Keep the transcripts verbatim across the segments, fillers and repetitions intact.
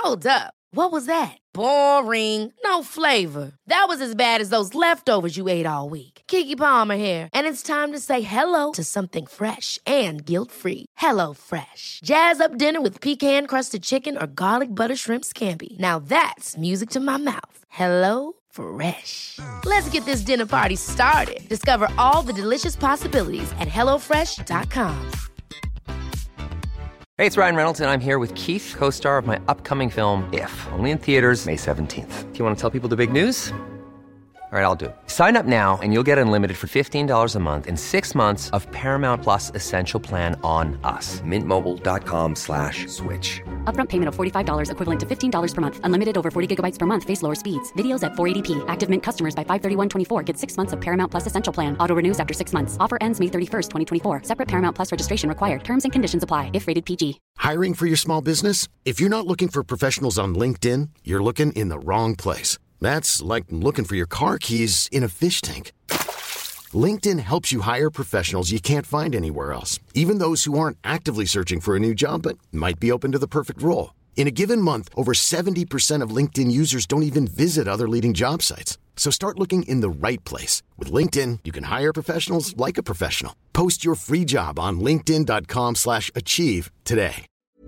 Hold up. What was that? Boring. No flavor. That was as bad as those leftovers you ate all week. Keke Palmer here, and it's time to say hello to something fresh and guilt-free. Hello Fresh. Jazz up dinner with pecan-crusted chicken or garlic butter shrimp scampi. Now that's music to my mouth. Hello Fresh. Let's get this dinner party started. Discover all the delicious possibilities at hello fresh dot com. Hey, it's Ryan Reynolds, and I'm here with Keith, co-star of my upcoming film, If, only in theaters May seventeenth. Do you want to tell people the big news? All right, I'll do it. Sign up now and you'll get unlimited for fifteen dollars a month and six months of Paramount Plus Essential Plan on us. Mint Mobile dot com slash switch. Upfront payment of forty-five dollars equivalent to fifteen dollars per month. Unlimited over forty gigabytes per month. Face lower speeds. Videos at four eighty p. Active Mint customers by five thirty-one twenty-four get six months of Paramount Plus Essential Plan. Auto renews after six months. Offer ends May thirty-first, twenty twenty-four. Separate Paramount Plus registration required. Terms and conditions apply if rated P G. Hiring for your small business? If you're not looking for professionals on LinkedIn, you're looking in the wrong place. That's like looking for your car keys in a fish tank. LinkedIn helps you hire professionals you can't find anywhere else, even those who aren't actively searching for a new job but might be open to the perfect role. In a given month, over seventy percent of LinkedIn users don't even visit other leading job sites. So start looking in the right place. With LinkedIn, you can hire professionals like a professional. Post your free job on linkedin dot com slash achieve today.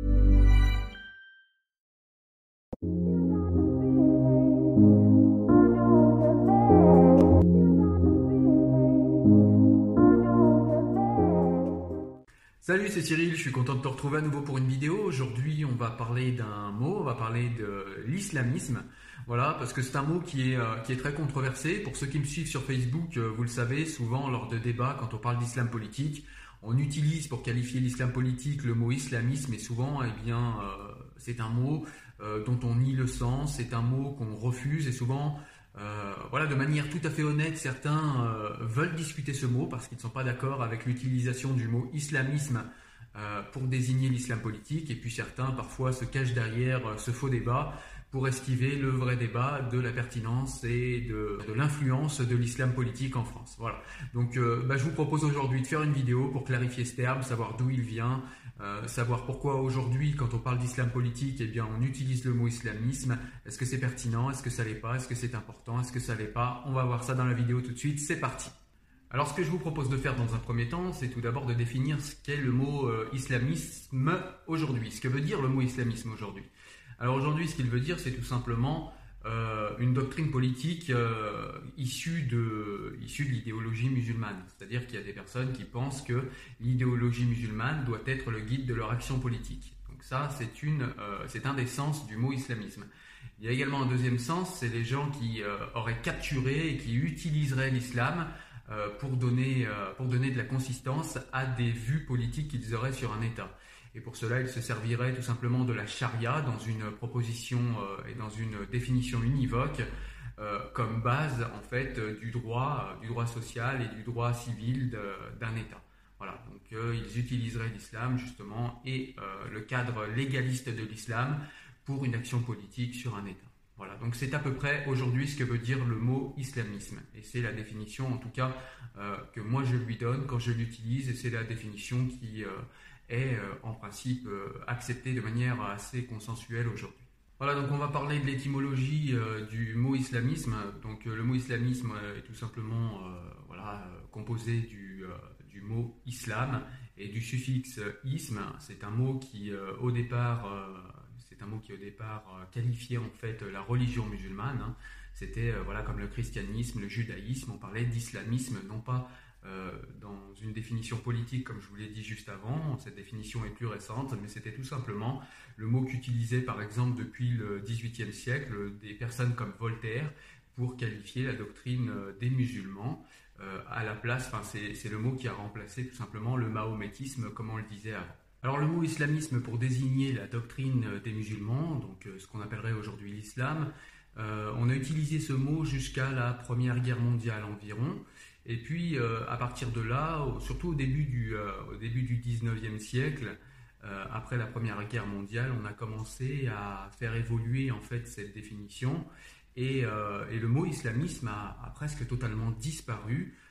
Salut, c'est Cyril, je suis content de te retrouver à nouveau pour une vidéo. Aujourd'hui, on va parler d'un mot, on va parler de l'islamisme. Voilà, parce que c'est un mot qui est, euh, qui est très controversé. Pour ceux qui me suivent sur Facebook, euh, vous le savez, souvent lors de débats, quand on parle d'islam politique, on utilise pour qualifier l'islam politique le mot islamisme et souvent, eh bien, euh, c'est un mot euh, dont on nie le sens, c'est un mot qu'on refuse et souvent... Euh, voilà, de manière tout à fait honnête, certains euh, veulent discuter ce mot parce qu'ils ne sont pas d'accord avec l'utilisation du mot islamisme euh, pour désigner l'islam politique, et puis certains parfois se cachent derrière euh, ce faux débat pour esquiver le vrai débat de la pertinence et de, de l'influence de l'islam politique en France. Voilà. Donc euh, bah, je vous propose aujourd'hui de faire une vidéo pour clarifier ce terme, savoir d'où il vient, euh, savoir pourquoi aujourd'hui quand on parle d'islam politique, eh bien, on utilise le mot islamisme. Est-ce que c'est pertinent? Est-ce que ça l'est pas? Est-ce que c'est important? Est-ce que ça l'est pas? On va voir ça dans la vidéo tout de suite, c'est parti. Alors ce que je vous propose de faire dans un premier temps, c'est tout d'abord de définir ce qu'est le mot euh, islamisme aujourd'hui, ce que veut dire le mot islamisme aujourd'hui. Alors aujourd'hui, ce qu'il veut dire, c'est tout simplement euh, une doctrine politique euh, issue de, issue de l'idéologie musulmane. C'est-à-dire qu'il y a des personnes qui pensent que l'idéologie musulmane doit être le guide de leur action politique. Donc ça, c'est, une, euh, c'est un des sens du mot islamisme. Il y a également un deuxième sens, c'est les gens qui euh, auraient capturé et qui utiliseraient l'islam euh, pour, donner, euh, pour donner de la consistance à des vues politiques qu'ils auraient sur un État. Et pour cela, il se servirait tout simplement de la charia dans une proposition euh, et dans une définition univoque euh, comme base en fait du droit, euh, du droit social et du droit civil de, d'un État. Voilà, donc euh, ils utiliseraient l'islam justement et euh, le cadre légaliste de l'islam pour une action politique sur un État. Voilà, donc c'est à peu près aujourd'hui ce que veut dire le mot islamisme. Et c'est la définition en tout cas euh, que moi je lui donne quand je l'utilise, et c'est la définition qui... Euh, est euh, en principe euh, accepté de manière assez consensuelle aujourd'hui. Voilà, donc on va parler de l'étymologie euh, du mot islamisme. Donc euh, le mot islamisme euh, est tout simplement euh, voilà, euh, composé du, euh, du mot islam et du suffixe isme. C'est un mot qui euh, au départ, euh, c'est un mot qui au départ euh, qualifiait en fait la religion musulmane. Hein. C'était euh, voilà, comme le christianisme, le judaïsme, on parlait d'islamisme, non pas Euh, dans une définition politique comme je vous l'ai dit juste avant. Cette définition est plus récente, mais c'était tout simplement le mot qu'utilisaient par exemple depuis le dix-huitième siècle des personnes comme Voltaire pour qualifier la doctrine des musulmans euh, à la place, enfin c'est, c'est le mot qui a remplacé tout simplement le mahométisme comme on le disait avant. Alors le mot islamisme pour désigner la doctrine des musulmans, donc euh, ce qu'on appellerait aujourd'hui l'islam, euh, on a utilisé ce mot jusqu'à la Première Guerre mondiale environ. Et puis, euh, à partir de là, surtout au début du, euh, au début du dix-neuvième siècle, euh, après la Première Guerre mondiale, on a commencé à faire évoluer en fait cette définition. Et, euh, et le mot islamisme a, a presque totalement disparu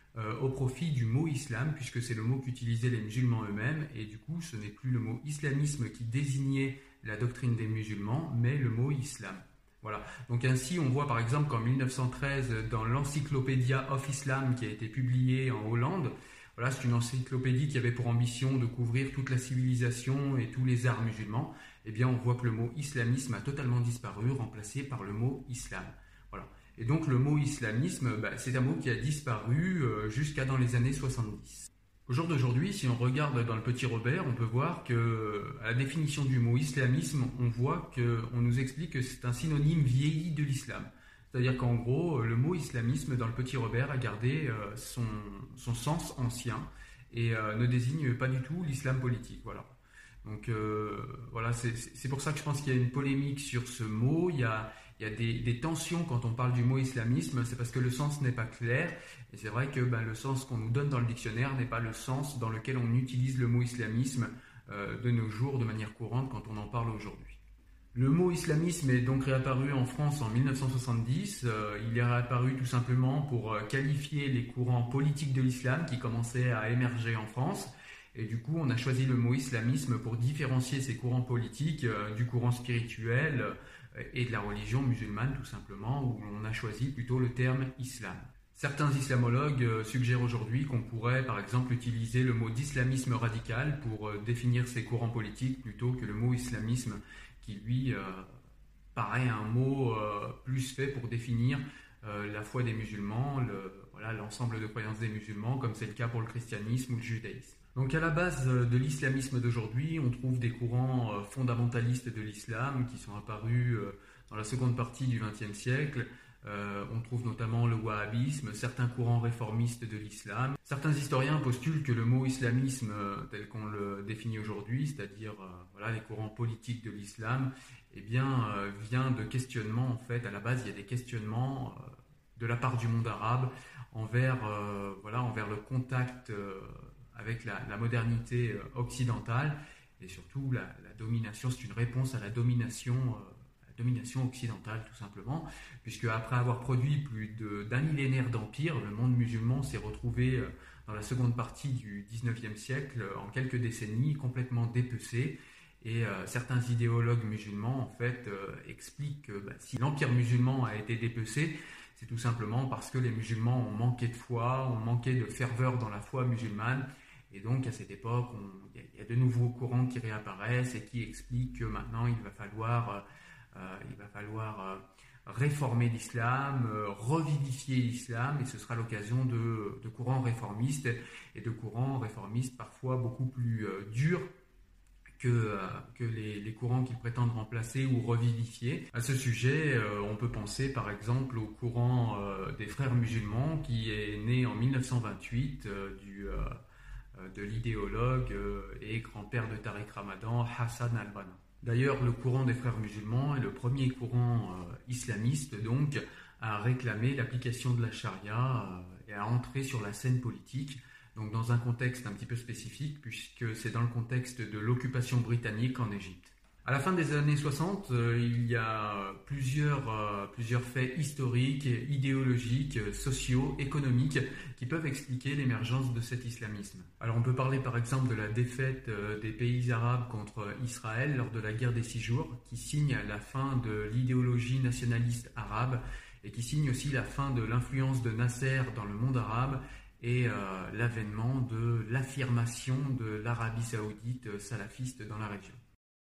euh, au profit du mot islam, puisque c'est le mot qu'utilisaient les musulmans eux-mêmes, et du coup ce n'est plus le mot islamisme qui désignait la doctrine des musulmans, mais le mot islam. Voilà. Donc ainsi, on voit par exemple qu'en mille neuf cent treize, dans l'Encyclopédia of Islam qui a été publiée en Hollande, voilà, c'est une encyclopédie qui avait pour ambition de couvrir toute la civilisation et tous les arts musulmans. Eh bien, on voit que le mot islamisme a totalement disparu, remplacé par le mot islam. Voilà. Et donc le mot islamisme, bah, c'est un mot qui a disparu euh, jusqu'à dans les années soixante-dix. Au jour d'aujourd'hui, si on regarde dans le Petit Robert, on peut voir que, à la définition du mot islamisme, on voit qu'on nous explique que c'est un synonyme vieilli de l'islam. C'est-à-dire qu'en gros, le mot islamisme dans le Petit Robert a gardé euh, son, son sens ancien et euh, ne désigne pas du tout l'islam politique. Voilà. Donc euh, voilà, c'est, c'est pour ça que je pense qu'il y a une polémique sur ce mot. Il y a, il y a des, des tensions quand on parle du mot islamisme, c'est parce que le sens n'est pas clair. Et c'est vrai que ben, le sens qu'on nous donne dans le dictionnaire n'est pas le sens dans lequel on utilise le mot islamisme euh, de nos jours de manière courante quand on en parle aujourd'hui. Le mot islamisme est donc réapparu en France en mille neuf cent soixante-dix. Euh, il est réapparu tout simplement pour euh, qualifier les courants politiques de l'islam qui commençaient à émerger en France. Et du coup, on a choisi le mot islamisme pour différencier ces courants politiques euh, du courant spirituel euh, et de la religion musulmane, tout simplement, où on a choisi plutôt le terme islam. Certains islamologues euh, suggèrent aujourd'hui qu'on pourrait, par exemple, utiliser le mot d'islamisme radical pour euh, définir ces courants politiques plutôt que le mot islamisme qui, lui, euh, paraît un mot euh, plus fait pour définir euh, la foi des musulmans, le, voilà, l'ensemble de croyances des musulmans, comme c'est le cas pour le christianisme ou le judaïsme. Donc à la base de l'islamisme d'aujourd'hui, on trouve des courants euh, fondamentalistes de l'islam qui sont apparus euh, dans la seconde partie du vingtième siècle. Euh, on trouve notamment le wahhabisme, certains courants réformistes de l'islam. Certains historiens postulent que le mot islamisme, euh, tel qu'on le définit aujourd'hui, c'est-à-dire euh, voilà, les courants politiques de l'islam, eh bien, euh, vient de questionnements. En fait, à la base, il y a des questionnements euh, de la part du monde arabe envers, euh, voilà, envers le contact euh, avec la, la modernité euh, occidentale et surtout la, la domination. C'est une réponse à la domination euh, domination occidentale tout simplement, puisque après avoir produit plus de, d'un millénaire d'empire, le monde musulman s'est retrouvé dans la seconde partie du dix-neuvième siècle, en quelques décennies, complètement dépecé. Et euh, certains idéologues musulmans en fait euh, expliquent que bah, si l'empire musulman a été dépecé, c'est tout simplement parce que les musulmans ont manqué de foi, ont manqué de ferveur dans la foi musulmane. Et donc à cette époque, il y, y a de nouveaux courants qui réapparaissent et qui expliquent que maintenant il va falloir... Euh, Euh, il va falloir euh, réformer l'islam, euh, revivifier l'islam, et ce sera l'occasion de, de courants réformistes, et de courants réformistes parfois beaucoup plus euh, durs que, euh, que les, les courants qu'ils prétendent remplacer ou revivifier. À ce sujet, euh, on peut penser par exemple au courant euh, des frères musulmans qui est né en mille neuf cent vingt-huit euh, du, euh, de l'idéologue euh, et grand-père de Tariq Ramadan, Hassan al-Banna. D'ailleurs, le courant des frères musulmans est le premier courant euh, islamiste donc à réclamer l'application de la charia euh, et à entrer sur la scène politique, donc dans un contexte un petit peu spécifique puisque c'est dans le contexte de l'occupation britannique en Égypte. À la fin des années soixante, euh, il y a plusieurs, euh, plusieurs faits historiques, idéologiques, sociaux, économiques qui peuvent expliquer l'émergence de cet islamisme. Alors on peut parler par exemple de la défaite euh, des pays arabes contre Israël lors de la guerre des six jours, qui signe la fin de l'idéologie nationaliste arabe et qui signe aussi la fin de l'influence de Nasser dans le monde arabe et euh, l'avènement de l'affirmation de l'Arabie saoudite salafiste dans la région.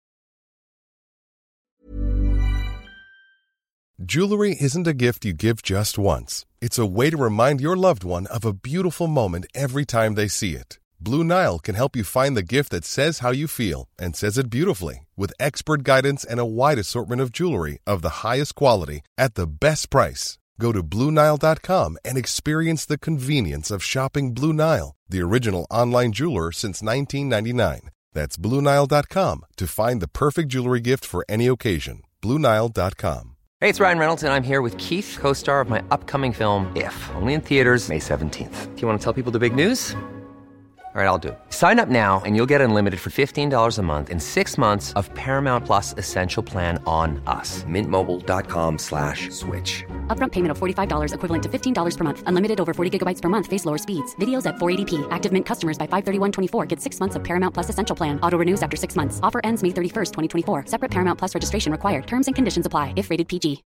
Jewelry isn't a gift you give just once. It's a way to remind your loved one of a beautiful moment every time they see it. Blue Nile can help you find the gift that says how you feel and says it beautifully, with expert guidance and a wide assortment of jewelry of the highest quality at the best price. Go to Blue Nile dot com and experience the convenience of shopping Blue Nile, the original online jeweler since nineteen ninety-nine. That's Blue Nile dot com to find the perfect jewelry gift for any occasion. Blue Nile dot com. Hey, it's Ryan Reynolds, and I'm here with Keith, co-star of my upcoming film, If, only in theaters May seventeenth. Do you want to tell people the big news? All right, I'll do it. Sign up now and you'll get unlimited for fifteen dollars a month and six months of Paramount Plus Essential Plan on us. Mint Mobile dot com slash switch. Upfront payment of forty-five dollars equivalent to fifteen dollars per month. Unlimited over forty gigabytes per month. Face lower speeds. Videos at four eighty p. Active Mint customers by five thirty-one twenty-four get six months of Paramount Plus Essential Plan. Auto renews after six months. Offer ends May thirty-first, twenty twenty-four. Separate Paramount Plus registration required. Terms and conditions apply if rated P G.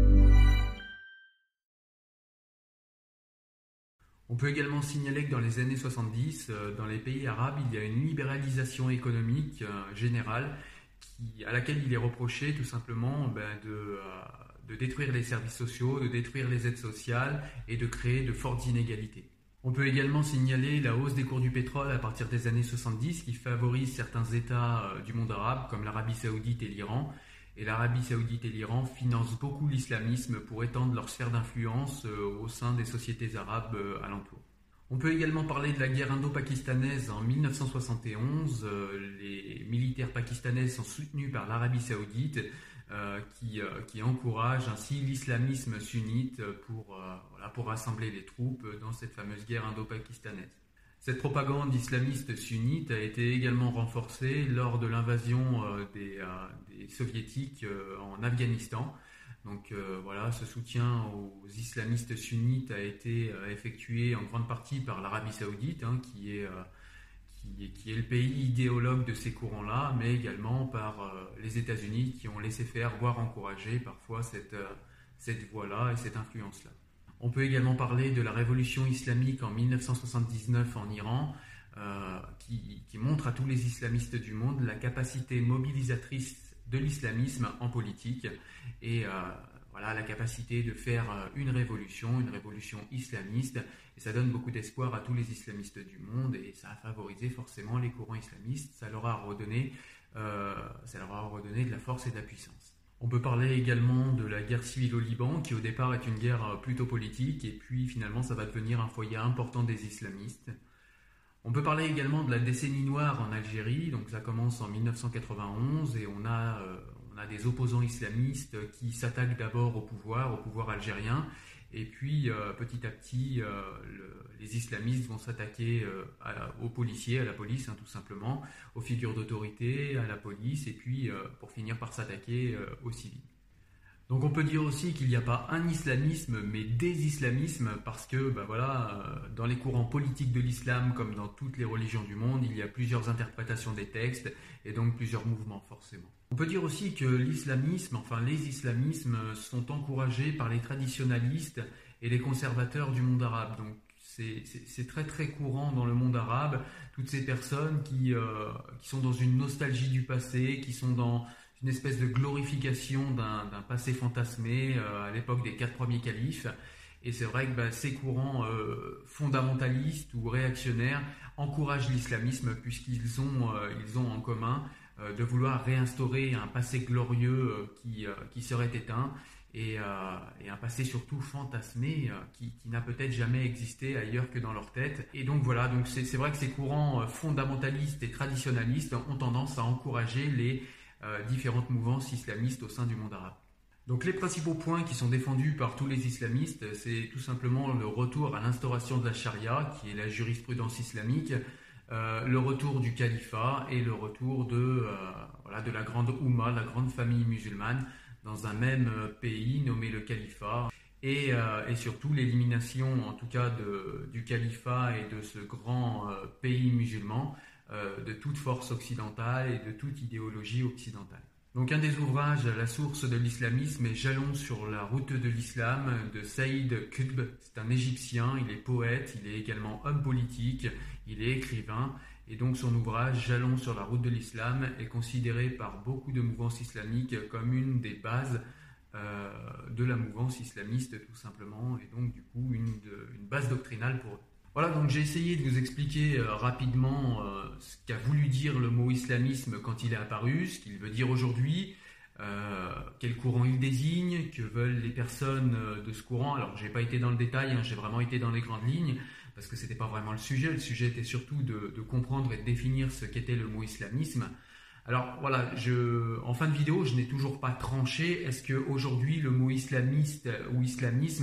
On peut également signaler que dans les années soixante-dix, euh, dans les pays arabes, il y a une libéralisation économique euh, générale qui, à laquelle il est reproché tout simplement ben, de, euh, de détruire les services sociaux, de détruire les aides sociales et de créer de fortes inégalités. On peut également signaler la hausse des cours du pétrole à partir des années soixante-dix qui favorise certains États euh, du monde arabe comme l'Arabie Saoudite et l'Iran. Et l'Arabie Saoudite et l'Iran financent beaucoup l'islamisme pour étendre leur sphère d'influence euh, au sein des sociétés arabes euh, alentours. On peut également parler de la guerre indo-pakistanaise en mille neuf cent soixante et onze. Euh, les militaires pakistanais sont soutenus par l'Arabie Saoudite euh, qui, euh, qui encourage ainsi l'islamisme sunnite pour, euh, voilà, pour rassembler les troupes dans cette fameuse guerre indo-pakistanaise. Cette propagande islamiste sunnite a été également renforcée lors de l'invasion euh, des, euh, des soviétiques euh, en Afghanistan. Donc euh, voilà, ce soutien aux islamistes sunnites a été euh, effectué en grande partie par l'Arabie Saoudite, hein, qui, est, euh, qui, est, qui est le pays idéologue de ces courants-là, mais également par euh, les États-Unis qui ont laissé faire, voire encouragé parfois cette, euh, cette voie-là et cette influence-là. On peut également parler de la révolution islamique en mille neuf cent soixante-dix-neuf en Iran, euh, qui, qui montre à tous les islamistes du monde la capacité mobilisatrice de l'islamisme en politique et euh, voilà, la capacité de faire une révolution, une révolution islamiste. Et ça donne beaucoup d'espoir à tous les islamistes du monde et ça a favorisé forcément les courants islamistes. Ça leur a redonné, euh, ça leur a redonné de la force et de la puissance. On peut parler également de la guerre civile au Liban, qui au départ est une guerre plutôt politique, et puis finalement ça va devenir un foyer important des islamistes. On peut parler également de la décennie noire en Algérie, donc ça commence en mille neuf cent quatre-vingt-onze, et on a, euh, on a des opposants islamistes qui s'attaquent d'abord au pouvoir, au pouvoir algérien, et puis euh, petit à petit, euh, le, les islamistes vont s'attaquer euh, à, aux policiers, à la police hein, tout simplement, aux figures d'autorité, à la police, et puis euh, pour finir par s'attaquer euh, aux civils. Donc on peut dire aussi qu'il n'y a pas un islamisme, mais des islamismes, parce que bah voilà, euh, dans les courants politiques de l'islam, comme dans toutes les religions du monde, il y a plusieurs interprétations des textes, et donc plusieurs mouvements forcément. On peut dire aussi que l'islamisme, enfin les islamismes, sont encouragés par les traditionalistes et les conservateurs du monde arabe. Donc c'est, c'est, c'est très très courant dans le monde arabe, toutes ces personnes qui, euh, qui sont dans une nostalgie du passé, qui sont dans une espèce de glorification d'un, d'un passé fantasmé euh, à l'époque des quatre premiers califes. Et c'est vrai que bah, ces courants euh, fondamentalistes ou réactionnaires encouragent l'islamisme puisqu'ils ont, euh, ils ont en commun euh, de vouloir réinstaurer un passé glorieux euh, qui, euh, qui serait éteint et, euh, et un passé surtout fantasmé euh, qui, qui n'a peut-être jamais existé ailleurs que dans leur tête. Et donc voilà, donc c'est, c'est vrai que ces courants euh, fondamentalistes et traditionalistes ont tendance à encourager les euh, différentes mouvances islamistes au sein du monde arabe. Donc les principaux points qui sont défendus par tous les islamistes, c'est tout simplement le retour à l'instauration de la charia, qui est la jurisprudence islamique, euh, le retour du califat et le retour de, euh, voilà, de la grande Oumma, la grande famille musulmane, dans un même pays nommé le califat. Et, euh, et surtout l'élimination, en tout cas, de, du califat et de ce grand euh, pays musulman, euh, de toute force occidentale et de toute idéologie occidentale. Donc un des ouvrages, La source de l'islamisme, est Jalons sur la route de l'islam de Saïd Qutb. C'est un Égyptien, il est poète, il est également homme politique, il est écrivain. Et donc son ouvrage Jalons sur la route de l'islam est considéré par beaucoup de mouvances islamiques comme une des bases euh, de la mouvance islamiste tout simplement. Et donc du coup une, de, une base doctrinale pour eux. Voilà, donc j'ai essayé de vous expliquer euh, rapidement euh, ce qu'a voulu dire le mot islamisme quand il est apparu, ce qu'il veut dire aujourd'hui, euh, quel courant il désigne, que veulent les personnes euh, de ce courant. Alors j'ai pas été dans le détail, hein, j'ai vraiment été dans les grandes lignes, parce que c'était pas vraiment le sujet. Le sujet était surtout de, de comprendre et de définir ce qu'était le mot islamisme. Alors voilà, je, en fin de vidéo, je n'ai toujours pas tranché. Est-ce qu'aujourd'hui le mot islamiste ou islamisme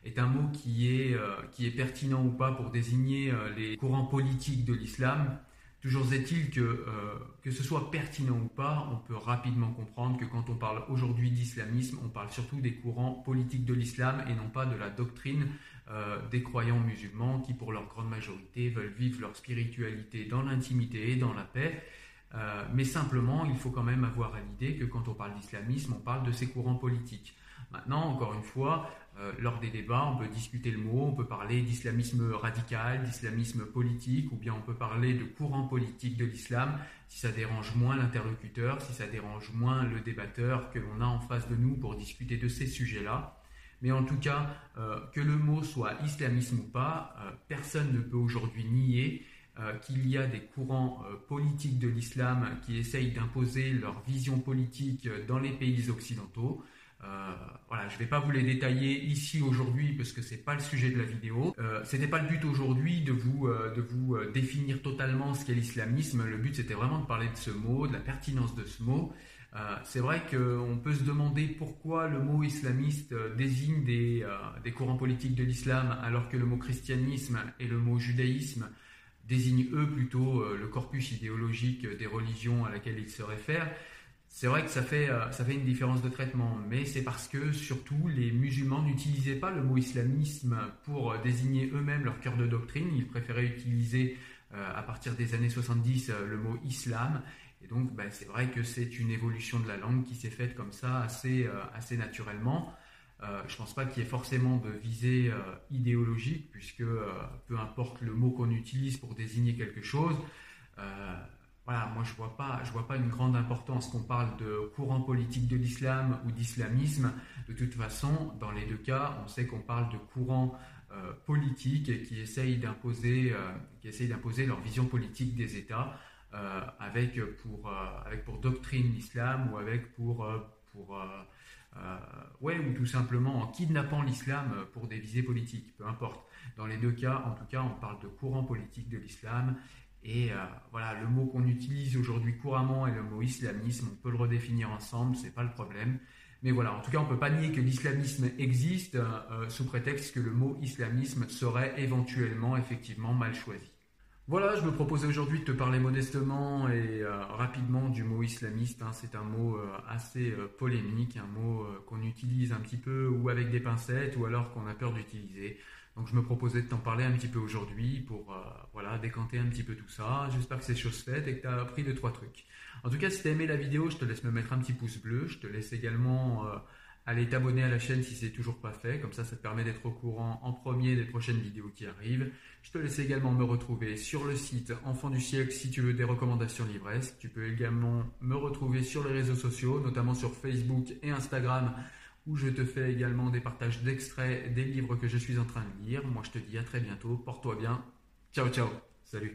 est un mot qui est, euh, qui est pertinent ou pas pour désigner euh, les courants politiques de l'islam. Toujours est-il que, euh, que ce soit pertinent ou pas, on peut rapidement comprendre que quand on parle aujourd'hui d'islamisme, on parle surtout des courants politiques de l'islam et non pas de la doctrine euh, des croyants musulmans qui, pour leur grande majorité, veulent vivre leur spiritualité dans l'intimité et dans la paix. Euh, mais simplement, il faut quand même avoir à l'idée que quand on parle d'islamisme, on parle de ces courants politiques. Maintenant, encore une fois, euh, lors des débats, on peut discuter le mot, on peut parler d'islamisme radical, d'islamisme politique, ou bien on peut parler de courant politique de l'islam, si ça dérange moins l'interlocuteur, si ça dérange moins le débatteur que l'on a en face de nous pour discuter de ces sujets-là. Mais en tout cas, euh, que le mot soit islamisme ou pas, euh, personne ne peut aujourd'hui nier euh, qu'il y a des courants euh, politiques de l'islam qui essayent d'imposer leur vision politique dans les pays occidentaux. Euh, voilà, je ne vais pas vous les détailler ici aujourd'hui parce que c'est pas le sujet de la vidéo. Euh, c'était pas le but aujourd'hui de vous euh, de vous euh, définir totalement ce qu'est l'islamisme. Le but c'était vraiment de parler de ce mot, de la pertinence de ce mot. Euh, c'est vrai qu'on peut se demander pourquoi le mot islamiste euh, désigne des euh, des courants politiques de l'islam alors que le mot christianisme et le mot judaïsme désignent eux plutôt euh, le corpus idéologique des religions à laquelle ils se réfèrent. C'est vrai que ça fait, ça fait une différence de traitement, mais c'est parce que, surtout, les musulmans n'utilisaient pas le mot islamisme pour désigner eux-mêmes leur cœur de doctrine. Ils préféraient utiliser, euh, à partir des années soixante-dix, euh, le mot islam. Et donc, ben, c'est vrai que c'est une évolution de la langue qui s'est faite comme ça, assez, euh, assez naturellement. Euh, je ne pense pas qu'il y ait forcément de visée euh, idéologique, puisque euh, peu importe le mot qu'on utilise pour désigner quelque chose, euh, Voilà, moi je vois pas, je vois pas une grande importance qu'on parle de courant politique de l'islam ou d'islamisme. De toute façon, dans les deux cas, on sait qu'on parle de courants euh, politiques qui essayent d'imposer, euh, qui essayent d'imposer leur vision politique des États, euh, avec pour, euh, avec pour doctrine l'islam ou avec pour, euh, pour euh, euh, ouais, ou tout simplement en kidnappant l'islam pour des visées politiques, peu importe. Dans les deux cas, en tout cas, on parle de courant politique de l'islam. Et euh, voilà, le mot qu'on utilise aujourd'hui couramment est le mot islamisme. On peut le redéfinir ensemble, c'est pas le problème. Mais voilà, en tout cas, on peut pas nier que l'islamisme existe euh, sous prétexte que le mot islamisme serait éventuellement, effectivement, mal choisi. Voilà, je me proposais aujourd'hui de te parler modestement et euh, rapidement du mot islamiste. Hein. C'est un mot euh, assez euh, polémique, un mot euh, qu'on utilise un petit peu ou avec des pincettes ou alors qu'on a peur d'utiliser. Donc je me proposais de t'en parler un petit peu aujourd'hui pour euh, voilà, décanter un petit peu tout ça. J'espère que c'est chose faite et que tu as appris deux, trois trucs. En tout cas, si tu as aimé la vidéo, je te laisse me mettre un petit pouce bleu. Je te laisse également euh, aller t'abonner à la chaîne si c'est toujours pas fait. Comme ça, ça te permet d'être au courant en premier des prochaines vidéos qui arrivent. Je te laisse également me retrouver sur le site Enfant du siècle si tu veux des recommandations livresques. Tu peux également me retrouver sur les réseaux sociaux, notamment sur Facebook et Instagram, où je te fais également des partages d'extraits des livres que je suis en train de lire. Moi, je te dis à très bientôt. Porte-toi bien. Ciao, ciao. Salut.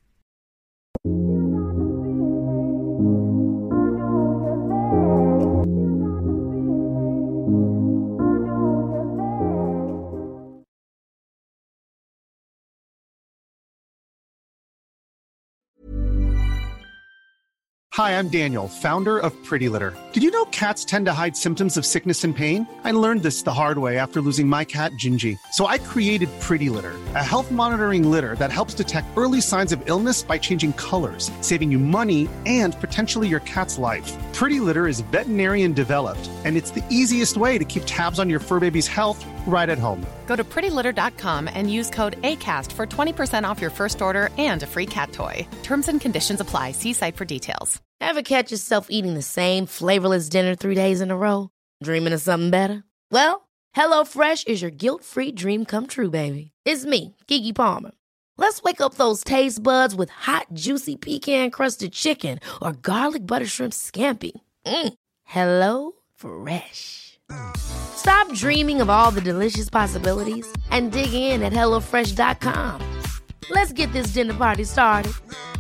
Hi, I'm Daniel, founder of Pretty Litter. Did you know cats tend to hide symptoms of sickness and pain? I learned this the hard way after losing my cat, Gingy. So I created Pretty Litter, a health monitoring litter that helps detect early signs of illness by changing colors, saving you money and potentially your cat's life. Pretty Litter is veterinarian developed, and it's the easiest way to keep tabs on your fur baby's health right at home. Go to pretty litter dot com and use code ACAST for twenty percent off your first order and a free cat toy. Terms and conditions apply. See site for details. Ever catch yourself eating the same flavorless dinner three days in a row? Dreaming of something better? Well, HelloFresh is your guilt-free dream come true, baby. It's me, Keke Palmer. Let's wake up those taste buds with hot, juicy pecan-crusted chicken or garlic butter shrimp scampi. Mm. Hello Fresh. Stop dreaming of all the delicious possibilities and dig in at hello fresh dot com. Let's get this dinner party started.